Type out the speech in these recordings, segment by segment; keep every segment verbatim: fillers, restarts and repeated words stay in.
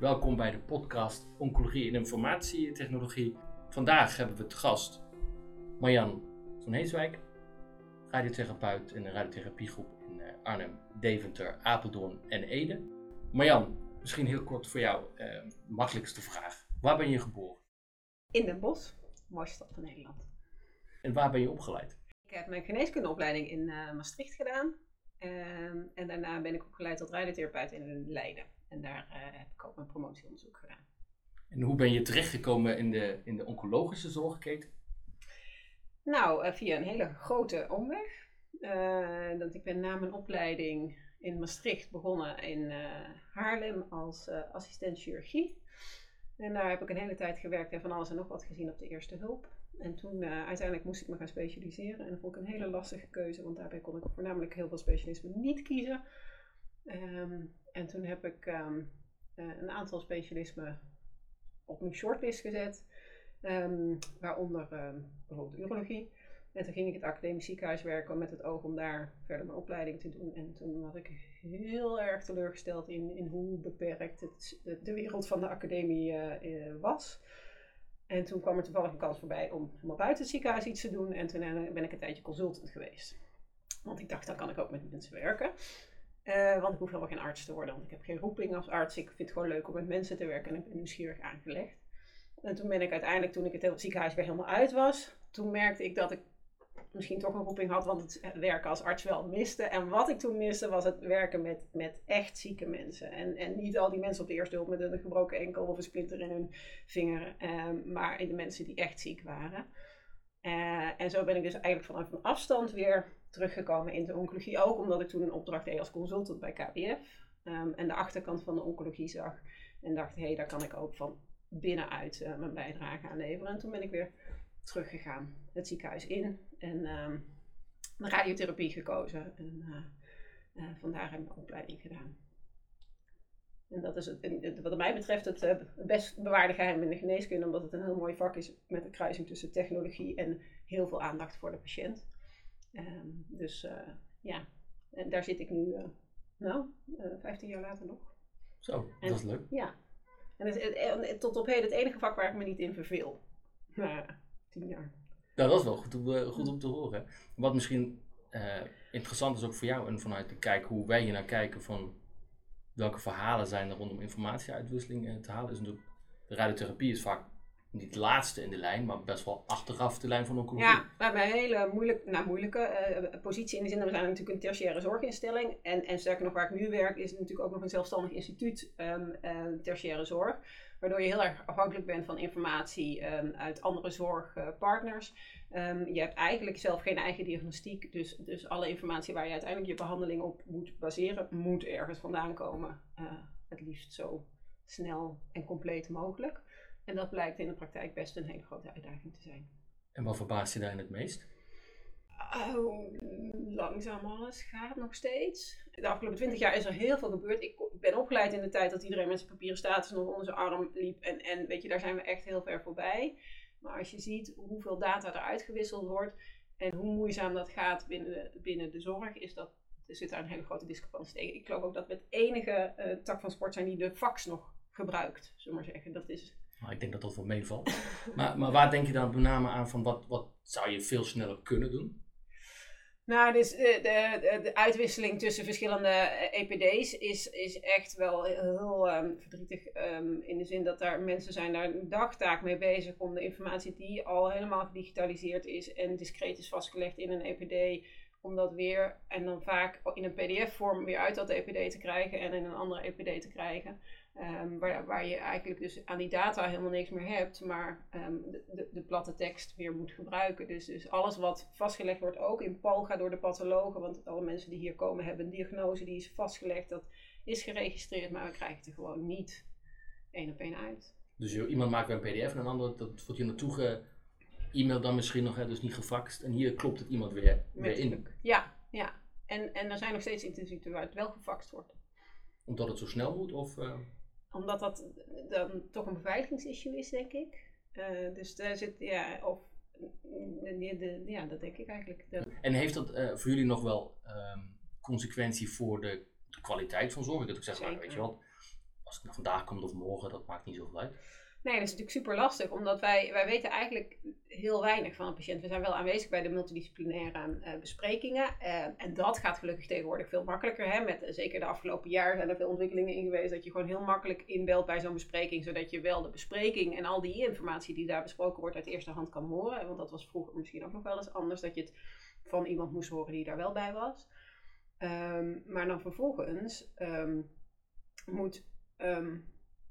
Welkom bij de podcast Oncologie en Informatietechnologie. Vandaag hebben we te gast Marjan van Heeswijk, radiotherapeut in de radiotherapiegroep in Arnhem, Deventer, Apeldoorn en Ede. Marjan, misschien heel kort voor jou, eh, makkelijkste vraag. Waar ben je geboren? In Den Bosch, mooiste stad van Nederland. En waar ben je opgeleid? Ik heb mijn geneeskundeopleiding in uh, Maastricht gedaan. Um, en daarna ben ik opgeleid tot radiotherapeut in Leiden. En daar uh, heb ik ook mijn promotieonderzoek gedaan. En hoe ben je terechtgekomen in de, in de oncologische zorgketen? Nou, uh, via een hele grote omweg. Uh, dat ik ben na mijn opleiding in Maastricht begonnen in uh, Haarlem als uh, assistent chirurgie. En daar heb ik een hele tijd gewerkt en van alles en nog wat gezien op de eerste hulp. En toen uh, uiteindelijk moest ik me gaan specialiseren. En dat vond ik een hele lastige keuze, want daarbij kon ik voornamelijk heel veel specialismen niet kiezen. Um, en toen heb ik um, uh, een aantal specialismen op mijn shortlist gezet. Um, waaronder um, bijvoorbeeld urologie. En toen ging ik het academisch ziekenhuis werken met het oog om daar verder mijn opleiding te doen. En toen was ik heel erg teleurgesteld in, in hoe beperkt het, de, de wereld van de academie uh, uh, was. En toen kwam er toevallig een kans voorbij om helemaal buiten het ziekenhuis iets te doen. En toen ben ik een tijdje consultant geweest. Want ik dacht, dan kan ik ook met mensen werken. Uh, want ik hoef helemaal geen arts te worden, want ik heb geen roeping als arts. Ik vind het gewoon leuk om met mensen te werken en ik ben nieuwsgierig aangelegd. En toen ben ik uiteindelijk, toen ik het ziekenhuis weer helemaal uit was, toen merkte ik dat ik misschien toch een roeping had, want het werken als arts wel miste. En wat ik toen miste was het werken met, met echt zieke mensen. En, en niet al die mensen op de eerste hulp met een gebroken enkel of een splinter in hun vinger, um, maar de mensen die echt ziek waren. Uh, en zo ben ik dus eigenlijk vanaf een afstand weer teruggekomen in de oncologie. Ook omdat ik toen een opdracht deed als consultant bij K B F. Um, en de achterkant van de oncologie zag. En dacht, hé, hey, daar kan ik ook van binnenuit uh, mijn bijdrage aan leveren. En toen ben ik weer teruggegaan, het ziekenhuis in. En um, de radiotherapie gekozen. En uh, uh, vandaar heb ik mijn opleiding gedaan. En dat is het, wat mij betreft het uh, best bewaarde geheim in de geneeskunde. Omdat het een heel mooi vak is met een kruising tussen technologie en heel veel aandacht voor de patiënt. Um, dus uh, ja, en daar zit ik nu, uh, nou, uh, vijftien jaar later nog. Zo, en, dat is leuk. Ja, en het, het, het, tot op heden het enige vak waar ik me niet in verveel. Na tien jaar. Nou, dat is wel goed om, uh, goed om te horen. Wat misschien uh, interessant is ook voor jou en vanuit de kijk hoe wij hier naar kijken van welke verhalen zijn er rondom informatieuitwisseling uh, te halen, is natuurlijk, de radiotherapie is vaak niet het laatste in de lijn, maar best wel achteraf de lijn van oncologie. Ja, we hebben een hele moeilijk, nou, moeilijke uh, positie in de zin dat we zijn natuurlijk een tertiaire zorginstelling. En, en sterker nog, waar ik nu werk, is het natuurlijk ook nog een zelfstandig instituut, um, uh, tertiaire zorg. Waardoor je heel erg afhankelijk bent van informatie um, uit andere zorgpartners. Um, je hebt eigenlijk zelf geen eigen diagnostiek. Dus, dus alle informatie waar je uiteindelijk je behandeling op moet baseren, moet ergens vandaan komen. Uh, het liefst zo snel en compleet mogelijk. En dat blijkt in de praktijk best een hele grote uitdaging te zijn. En wat verbaast je daarin het meest? Oh, langzaam alles gaat nog steeds. De afgelopen twintig jaar is er heel veel gebeurd. Ik ben opgeleid in de tijd dat iedereen met zijn papieren status nog onder zijn arm liep. En, en weet je, daar zijn we echt heel ver voorbij. Maar als je ziet hoeveel data er uitgewisseld wordt en hoe moeizaam dat gaat binnen de, binnen de zorg, is dat, er zit daar een hele grote discrepantie tegen. Ik geloof ook dat we het enige uh, tak van sport zijn die de fax nog gebruikt, zullen we maar zeggen. Dat is... Nou, ik denk dat dat wel meevalt. maar, maar waar denk je dan met name aan van wat, wat zou je veel sneller kunnen doen? Nou, dus de, de, de uitwisseling tussen verschillende E P D's is, is echt wel heel um, verdrietig. Um, in de zin dat daar mensen zijn daar een dagtaak mee bezig om de informatie die al helemaal gedigitaliseerd is en discreet is vastgelegd in een E P D, om dat weer en dan vaak in een P D F-vorm weer uit dat E P D te krijgen en in een andere E P D te krijgen. Um, waar, waar je eigenlijk dus aan die data helemaal niks meer hebt, maar um, de, de, de platte tekst weer moet gebruiken. Dus, dus alles wat vastgelegd wordt, ook in PALGA door de pathologen, want alle mensen die hier komen hebben een diagnose die is vastgelegd, dat is geregistreerd, maar we krijgen het er gewoon niet één op één uit. Dus iemand maakt weer een P D F en een ander, dat wordt hier naartoe ge-e-mail dan misschien nog, hè, dus niet gefaxt. En hier klopt het iemand weer, weer in. Ja, ja. En, en er zijn nog steeds instituten waar het wel gefaxt wordt. Omdat het zo snel moet? Of, uh... Omdat dat dan toch een beveiligingsissue is, denk ik. Uh, dus daar zit, ja, of, de, de, ja, dat denk ik eigenlijk. De... En heeft dat uh, voor jullie nog wel um, consequentie voor de, de kwaliteit van zorg? Ik kan ook zeggen, maar, weet je wat, als het nou vandaag komt of morgen, dat maakt niet zoveel uit. Nee, dat is natuurlijk super lastig, omdat wij, wij weten eigenlijk heel weinig van een patiënt. We zijn wel aanwezig bij de multidisciplinaire uh, besprekingen. Uh, en dat gaat gelukkig tegenwoordig veel makkelijker. Hè? Met, uh, zeker de afgelopen jaar zijn er veel ontwikkelingen in geweest. Dat je gewoon heel makkelijk inbelt bij zo'n bespreking. Zodat je wel de bespreking en al die informatie die daar besproken wordt uit eerste hand kan horen. Want dat was vroeger misschien ook nog wel eens anders. Dat je het van iemand moest horen die daar wel bij was. Um, maar dan vervolgens um, moet... Um,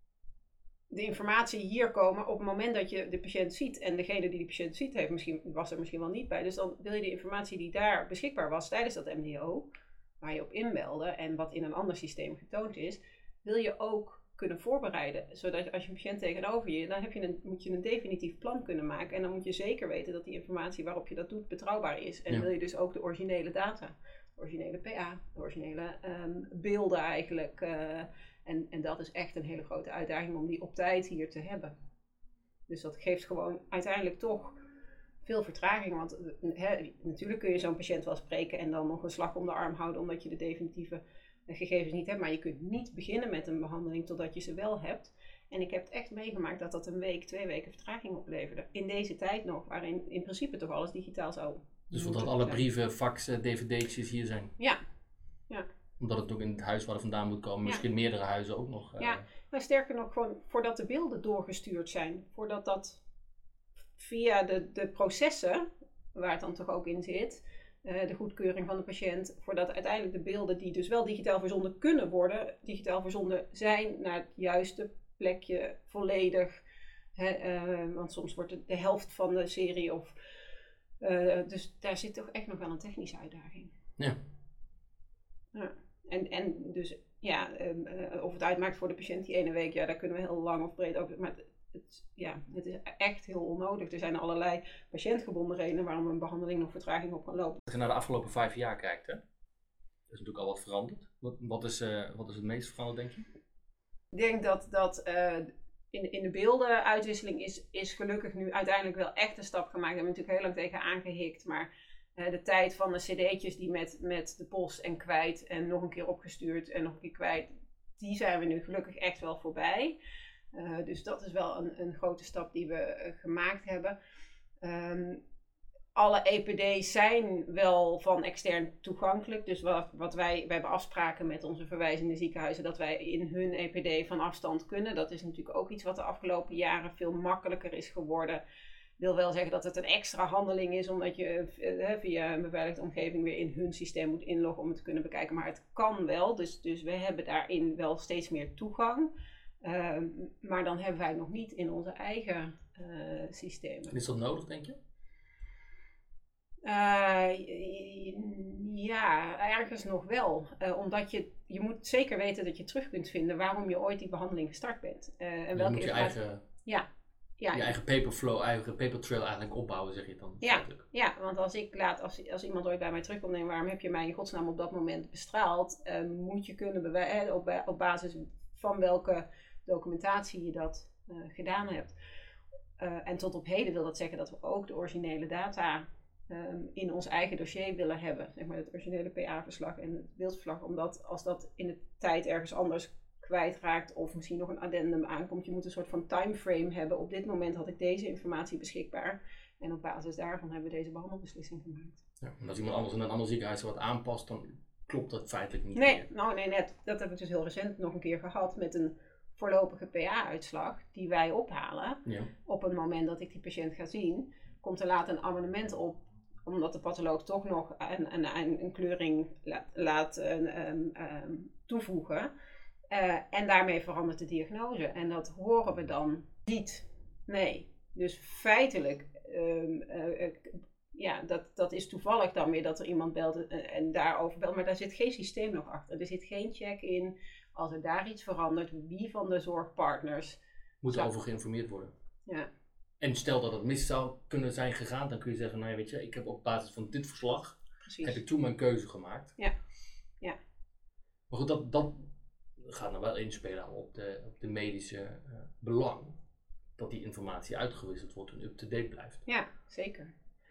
de informatie hier komen op het moment dat je de patiënt ziet. En degene die de patiënt ziet, heeft misschien, was er misschien wel niet bij. Dus dan wil je de informatie die daar beschikbaar was tijdens dat M D O, waar je op inbelde en wat in een ander systeem getoond is, wil je ook kunnen voorbereiden. Zodat als je een patiënt tegenover je, dan heb je een, moet je een definitief plan kunnen maken. En dan moet je zeker weten dat die informatie waarop je dat doet betrouwbaar is. En ja. wil je dus ook de originele data, de originele P A, de originele um, beelden eigenlijk... Uh, En, en dat is echt een hele grote uitdaging om die op tijd hier te hebben. Dus dat geeft gewoon uiteindelijk toch veel vertraging. Want he, natuurlijk kun je zo'n patiënt wel spreken en dan nog een slag om de arm houden omdat je de definitieve gegevens niet hebt. Maar je kunt niet beginnen met een behandeling totdat je ze wel hebt. En ik heb het echt meegemaakt dat dat een week, twee weken vertraging opleverde. In deze tijd nog, waarin in principe toch alles digitaal zou Dus omdat alle brieven, faxen, dvd'tjes hier zijn? Ja, ja. Omdat het ook in het huis waar het vandaan moet komen, ja. misschien meerdere huizen ook nog. Uh... Ja, maar sterker nog, gewoon voordat de beelden doorgestuurd zijn, voordat dat via de, de processen, waar het dan toch ook in zit, uh, de goedkeuring van de patiënt, voordat uiteindelijk de beelden die dus wel digitaal verzonden kunnen worden, digitaal verzonden zijn naar het juiste plekje, volledig. Hè, uh, want soms wordt het de helft van de serie of... Uh, dus daar zit toch echt nog wel een technische uitdaging. Ja. Ja. En, en dus ja, um, uh, of het uitmaakt voor de patiënt die ene week, ja, daar kunnen we heel lang of breed over. Maar het, het, ja, het is echt heel onnodig. Er zijn allerlei patiëntgebonden redenen waarom een behandeling nog vertraging op kan lopen. Als je naar de afgelopen vijf jaar kijkt, hè, er is natuurlijk al wat veranderd. Wat, wat, is, uh, wat is het meest veranderd, denk je? Ik denk dat, dat uh, in, in de beeldenuitwisseling is, is gelukkig nu uiteindelijk wel echt een stap gemaakt. Daar hebben we natuurlijk heel lang tegen aangehikt, maar... De tijd van de cd'tjes die met, met de post en kwijt en nog een keer opgestuurd en nog een keer kwijt, die zijn we nu gelukkig echt wel voorbij. Uh, dus dat is wel een, een grote stap die we uh, gemaakt hebben. Um, alle E P D's zijn wel van extern toegankelijk. Dus wat, wat wij, wij hebben afspraken met onze verwijzende ziekenhuizen dat wij in hun E P D van afstand kunnen. Dat is natuurlijk ook iets wat de afgelopen jaren veel makkelijker is geworden. Wil wel zeggen dat het een extra handeling is, omdat je uh, via een beveiligde omgeving weer in hun systeem moet inloggen om het te kunnen bekijken. Maar het kan wel, dus, dus we hebben daarin wel steeds meer toegang. Uh, maar dan hebben wij het nog niet in onze eigen uh, systemen. En is dat nodig, denk je? Uh, ja, ergens nog wel. Uh, omdat je, je moet zeker weten dat je terug kunt vinden waarom je ooit die behandeling gestart bent. Uh, en je welke moet je eigen... Ja. Ja, je eigen paperflow, eigen papertrail eigenlijk opbouwen, zeg je dan. Ja, ja, want als ik laat, als, als iemand ooit bij mij terugkomt en waarom heb je mij in godsnaam op dat moment bestraald, uh, moet je kunnen bewijzen op, op basis van welke documentatie je dat uh, gedaan hebt. Uh, en tot op heden wil dat zeggen dat we ook de originele data um, in ons eigen dossier willen hebben. Zeg maar het originele P A-verslag en het beeldverslag, omdat als dat in de tijd ergens anders kwijtraakt of misschien nog een addendum aankomt. Je moet een soort van timeframe hebben. Op dit moment had ik deze informatie beschikbaar. En op basis daarvan hebben we deze behandelbeslissing gemaakt. Ja, en als iemand anders in een ander ziekenhuis wat aanpast, dan klopt dat feitelijk niet nee, meer. Nou, nee, net. Dat heb ik dus heel recent nog een keer gehad met een voorlopige P A-uitslag die wij ophalen. Ja. Op het moment dat ik die patiënt ga zien, komt er later een amendement op, omdat de patholoog toch nog een, een, een kleuring laat, laat um, um, toevoegen. Uh, en daarmee verandert de diagnose. En dat horen we dan niet. Nee. Dus feitelijk, um, uh, uh, ja, dat, dat is toevallig dan weer dat er iemand belt en, en daarover belt. Maar daar zit geen systeem nog achter. Er zit geen check in. Als er daar iets verandert, wie van de zorgpartners moet zou... over geïnformeerd worden. Ja. En stel dat het mis zou kunnen zijn gegaan, dan kun je zeggen, nou ja, weet je, ik heb op basis van dit verslag, Precies. heb ik toen mijn keuze gemaakt. Ja. Ja. Maar goed, dat... dat gaat nou wel inspelen op de, op de medische uh, belang dat die informatie uitgewisseld wordt en up-to-date blijft. Ja, zeker.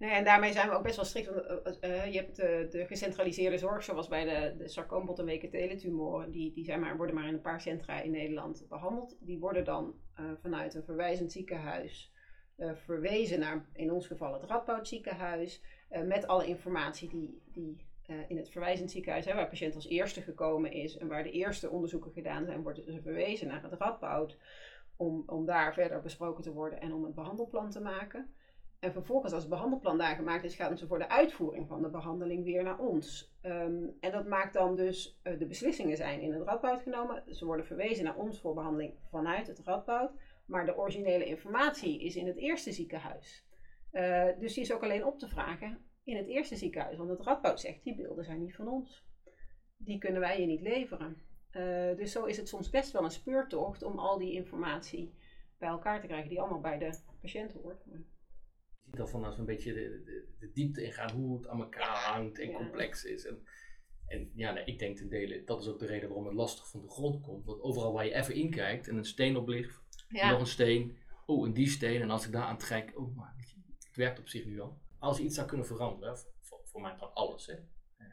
Nee, en daarmee zijn we ook best wel strikt. Want, uh, uh, je hebt de, de gecentraliseerde zorg, zoals bij de, de sarcoombot en wekentelentumoren. Die, die zijn maar, worden maar in een paar centra in Nederland behandeld. Die worden dan uh, vanuit een verwijzend ziekenhuis uh, verwezen naar, in ons geval, het Radboud ziekenhuis. Uh, met alle informatie die, die uh, in het verwijzend ziekenhuis, hè, waar de patiënt als eerste gekomen is. En waar de eerste onderzoeken gedaan zijn, worden ze verwezen naar het Radboud. Om, om daar verder besproken te worden en om een behandelplan te maken. En vervolgens, als het behandelplan daar gemaakt is, gaan ze voor de uitvoering van de behandeling weer naar ons. Um, en dat maakt dan dus, uh, de beslissingen zijn in het Radboud genomen. Ze worden verwezen naar ons voor behandeling vanuit het Radboud. Maar de originele informatie is in het eerste ziekenhuis. Uh, dus die is ook alleen op te vragen in het eerste ziekenhuis. Want het Radboud zegt, die beelden zijn niet van ons. Die kunnen wij je niet leveren. Uh, dus zo is het soms best wel een speurtocht om al die informatie bij elkaar te krijgen, die allemaal bij de patiënt hoort. Je ziet al van als we een beetje de, de, de diepte ingaan, hoe het aan elkaar hangt en ja. complex is. En, en ja, nee, ik denk ten dele, dat is ook de reden waarom het lastig van de grond komt. Want overal waar je even in kijkt en een steen op ligt, ja. nog een steen, oh en die steen. En als ik daar aan trek, oh maar weet je, het werkt op zich nu al. Als je iets zou kunnen veranderen, voor, voor mij kan alles. Hè. Uh,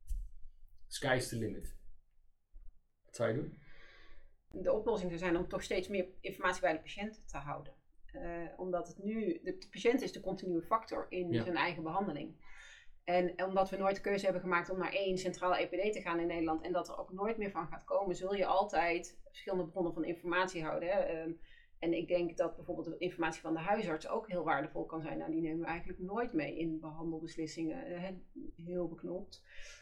sky is the limit. Wat zou je doen? De oplossing zou zijn om toch steeds meer informatie bij de patiënt te houden. Uh, omdat het nu, de, de patiënt is de continue factor in ja. zijn eigen behandeling. En omdat we nooit de keuze hebben gemaakt om naar één centrale E P D te gaan in Nederland en dat er ook nooit meer van gaat komen, zul je altijd verschillende bronnen van informatie houden. Hè? Um, en ik denk dat bijvoorbeeld de informatie van de huisarts ook heel waardevol kan zijn. Nou, die nemen we eigenlijk nooit mee in behandelbeslissingen. Uh, heel beknopt.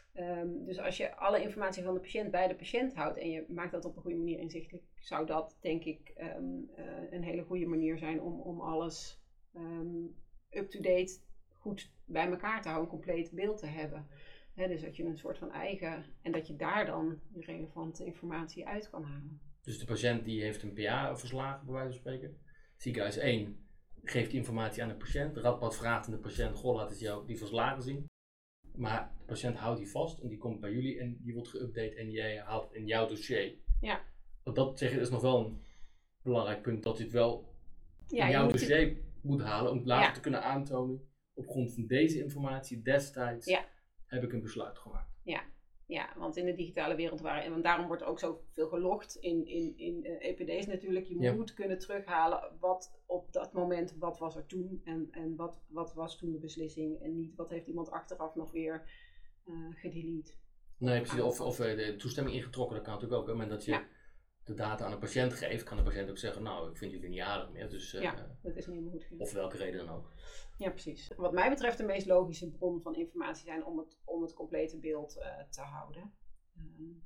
Um, dus als je alle informatie van de patiënt bij de patiënt houdt en je maakt dat op een goede manier inzichtelijk, zou dat denk ik um, uh, een hele goede manier zijn om, om alles um, up-to-date goed bij elkaar te houden, een compleet beeld te hebben. He, dus dat je een soort van eigen, en dat je daar dan de relevante informatie uit kan halen. Dus de patiënt die heeft een P A verslagen, bij wijze van spreken. Ziekenhuis één geeft informatie aan de patiënt. De Radboud vraagt aan de patiënt, goh, laat eens jou die verslagen zien. Maar de patiënt houdt die vast en die komt bij jullie en die wordt geüpdate en jij haalt het in jouw dossier. Ja. Want dat zeg je is nog wel een belangrijk punt, dat je het wel ja, in jouw moet dossier het... moet halen om later ja. te kunnen aantonen, op grond van deze informatie destijds ja. heb ik een besluit gemaakt. Ja. Ja, want in de digitale wereld waren, en want daarom wordt er ook zoveel gelogd in, in, in uh, E P D's natuurlijk. Je ja. moet kunnen terughalen wat op dat moment, wat was er toen en, en wat, wat was toen de beslissing en niet wat heeft iemand achteraf nog weer uh, gedelete. Nee, precies. Of, of uh, de toestemming ingetrokken, dat kan natuurlijk ook. Hè. Maar dat je ja. de data aan de patiënt geeft, kan de patiënt ook zeggen, nou, ik vind jullie niet aardig meer. Dus, uh, ja, dat is niet meer goed. Of welke reden dan ook. Ja, precies. Wat mij betreft de meest logische bron van informatie zijn om het, om het complete beeld uh, te houden. Um,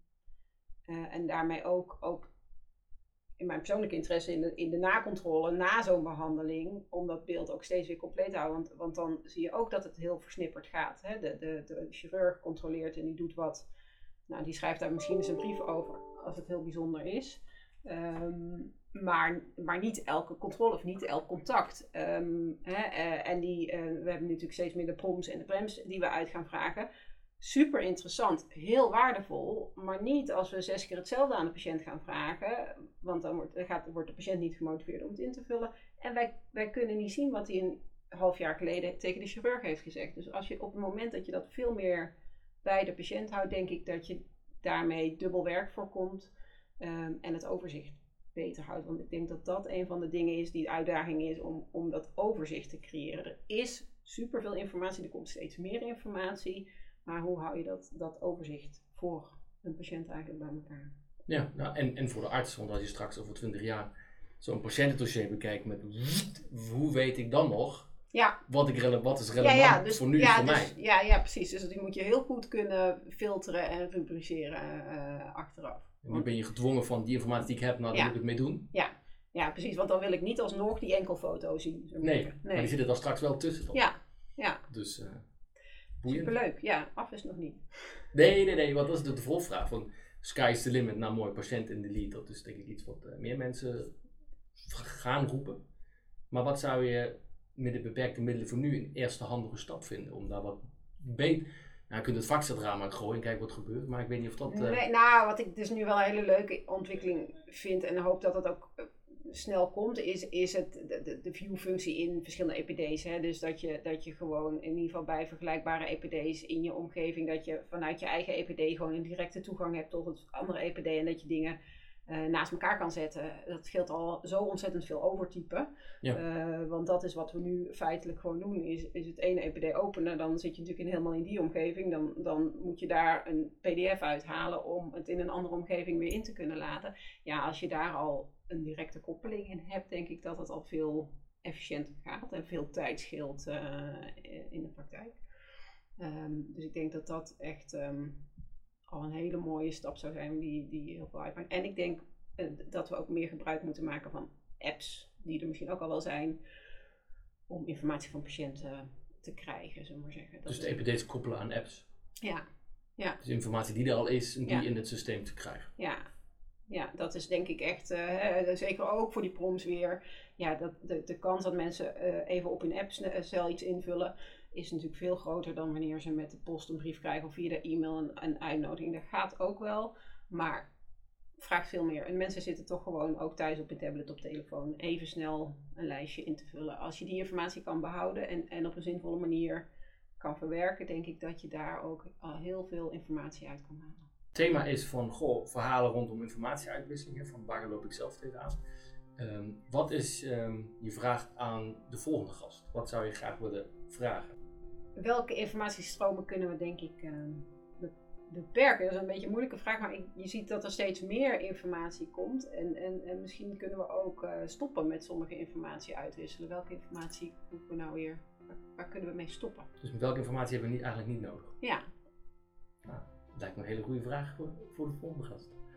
uh, en daarmee ook, ook in mijn persoonlijke interesse in de, in de nakontrole na zo'n behandeling, om dat beeld ook steeds weer compleet te houden. Want, want dan zie je ook dat het heel versnipperd gaat. Hè? De, de, de chirurg controleert en die doet wat. Nou, die schrijft daar misschien eens een brief over als het heel bijzonder is. Um, Maar, maar niet elke controle of niet elk contact. Um, hè, uh, en die, uh, we hebben natuurlijk steeds meer de proms en de prems die we uit gaan vragen. Super interessant, heel waardevol, maar niet als we zes keer hetzelfde aan de patiënt gaan vragen. Want dan wordt, gaat, wordt de patiënt niet gemotiveerd om het in te vullen. En wij, wij kunnen niet zien wat hij een half jaar geleden tegen de chirurg heeft gezegd. Dus als je op het moment dat je dat veel meer bij de patiënt houdt, denk ik dat je daarmee dubbel werk voorkomt um, en het overzicht beter houdt. Want ik denk dat dat een van de dingen is die de uitdaging is om, om dat overzicht te creëren. Er is superveel informatie, er komt steeds meer informatie. Maar hoe hou je dat, dat overzicht voor een patiënt eigenlijk bij elkaar? Ja, nou, en, en voor de arts, want als je straks over twintig jaar zo'n patiëntendossier bekijkt met hoe weet ik dan nog ja. wat, ik rele- wat is relevant ja, ja, dus, voor nu ja, voor dus, mij. Ja, ja, precies. Dus die moet je heel goed kunnen filteren en rubriceren uh, achteraf. En nu ben je gedwongen van die informatie die ik heb, nou daar ja. moet ik het mee doen. Ja. ja, precies. Want dan wil ik niet alsnog die enkelfoto zien. Zo nee, nee, maar die zitten dan straks wel tussen. Dan. Ja, ja. Dus, uh, superleuk. Ja, af is nog niet. Nee, nee, nee. Want dat is de, de volvraag van sky is the limit. Nou, mooi, patiënt in de lead. Dat is denk ik iets wat uh, meer mensen gaan roepen. Maar wat zou je met de beperkte middelen voor nu een eerste handige stap vinden? Om daar wat beter... Nou, je kunt het vakcentraal maar gooien en kijken wat er gebeurt, maar ik weet niet of dat... Uh... Nee, nou, wat ik dus nu wel een hele leuke ontwikkeling vind en hoop dat het ook snel komt, is, is het de, de, de view-functie in verschillende E P D's. Hè? Dus dat je, dat je gewoon in ieder geval bij vergelijkbare E P D's in je omgeving, dat je vanuit je eigen E P D gewoon een directe toegang hebt tot het andere E P D en dat je dingen uh, naast elkaar kan zetten. Dat scheelt al zo ontzettend veel overtypen. Ja. Uh, want dat is wat we nu feitelijk gewoon doen, is, is het ene E P D openen, dan zit je natuurlijk in, helemaal in die omgeving, dan, dan moet je daar een P D F uithalen om het in een andere omgeving weer in te kunnen laden. Ja, als je daar al een directe koppeling in hebt, denk ik dat het al veel efficiënter gaat en veel tijd scheelt uh, in de praktijk. Um, dus ik denk dat dat echt um, al een hele mooie stap zou zijn die, die heel veel uitmaakt. En ik denk uh, dat we ook meer gebruik moeten maken van apps, die er misschien ook al wel zijn, om informatie van patiënten te krijgen, zullen we maar zeggen. Dat dus de E P D's koppelen aan apps? Ja. ja. Dus informatie die er al is, en die ja. in het systeem te krijgen? Ja. Ja, dat is denk ik echt, uh, zeker ook voor die proms weer, ja, dat, de, de kans dat mensen uh, even op hun appcel iets invullen, is natuurlijk veel groter dan wanneer ze met de post een brief krijgen of via de e-mail een, een uitnodiging. Dat gaat ook wel, maar vraagt veel meer. En mensen zitten toch gewoon ook thuis op een tablet, op telefoon, even snel een lijstje in te vullen. Als je die informatie kan behouden en, en op een zinvolle manier kan verwerken, denk ik dat je daar ook al heel veel informatie uit kan halen. Het thema is van goh, verhalen rondom informatieuitwisselingen, van waar loop ik zelf tegenaan. Um, wat is um, je vraag aan de volgende gast? Wat zou je graag willen vragen? Welke informatiestromen kunnen we denk ik uh, beperken? Dat is een beetje een moeilijke vraag, maar ik, je ziet dat er steeds meer informatie komt. En, en, en misschien kunnen we ook uh, stoppen met sommige informatie uitwisselen. Welke informatie moeten we nou weer, waar, waar kunnen we mee stoppen? Dus met welke informatie hebben we niet, eigenlijk niet nodig? Ja. Nou, dat lijkt me een hele goede vraag voor, voor de volgende gast.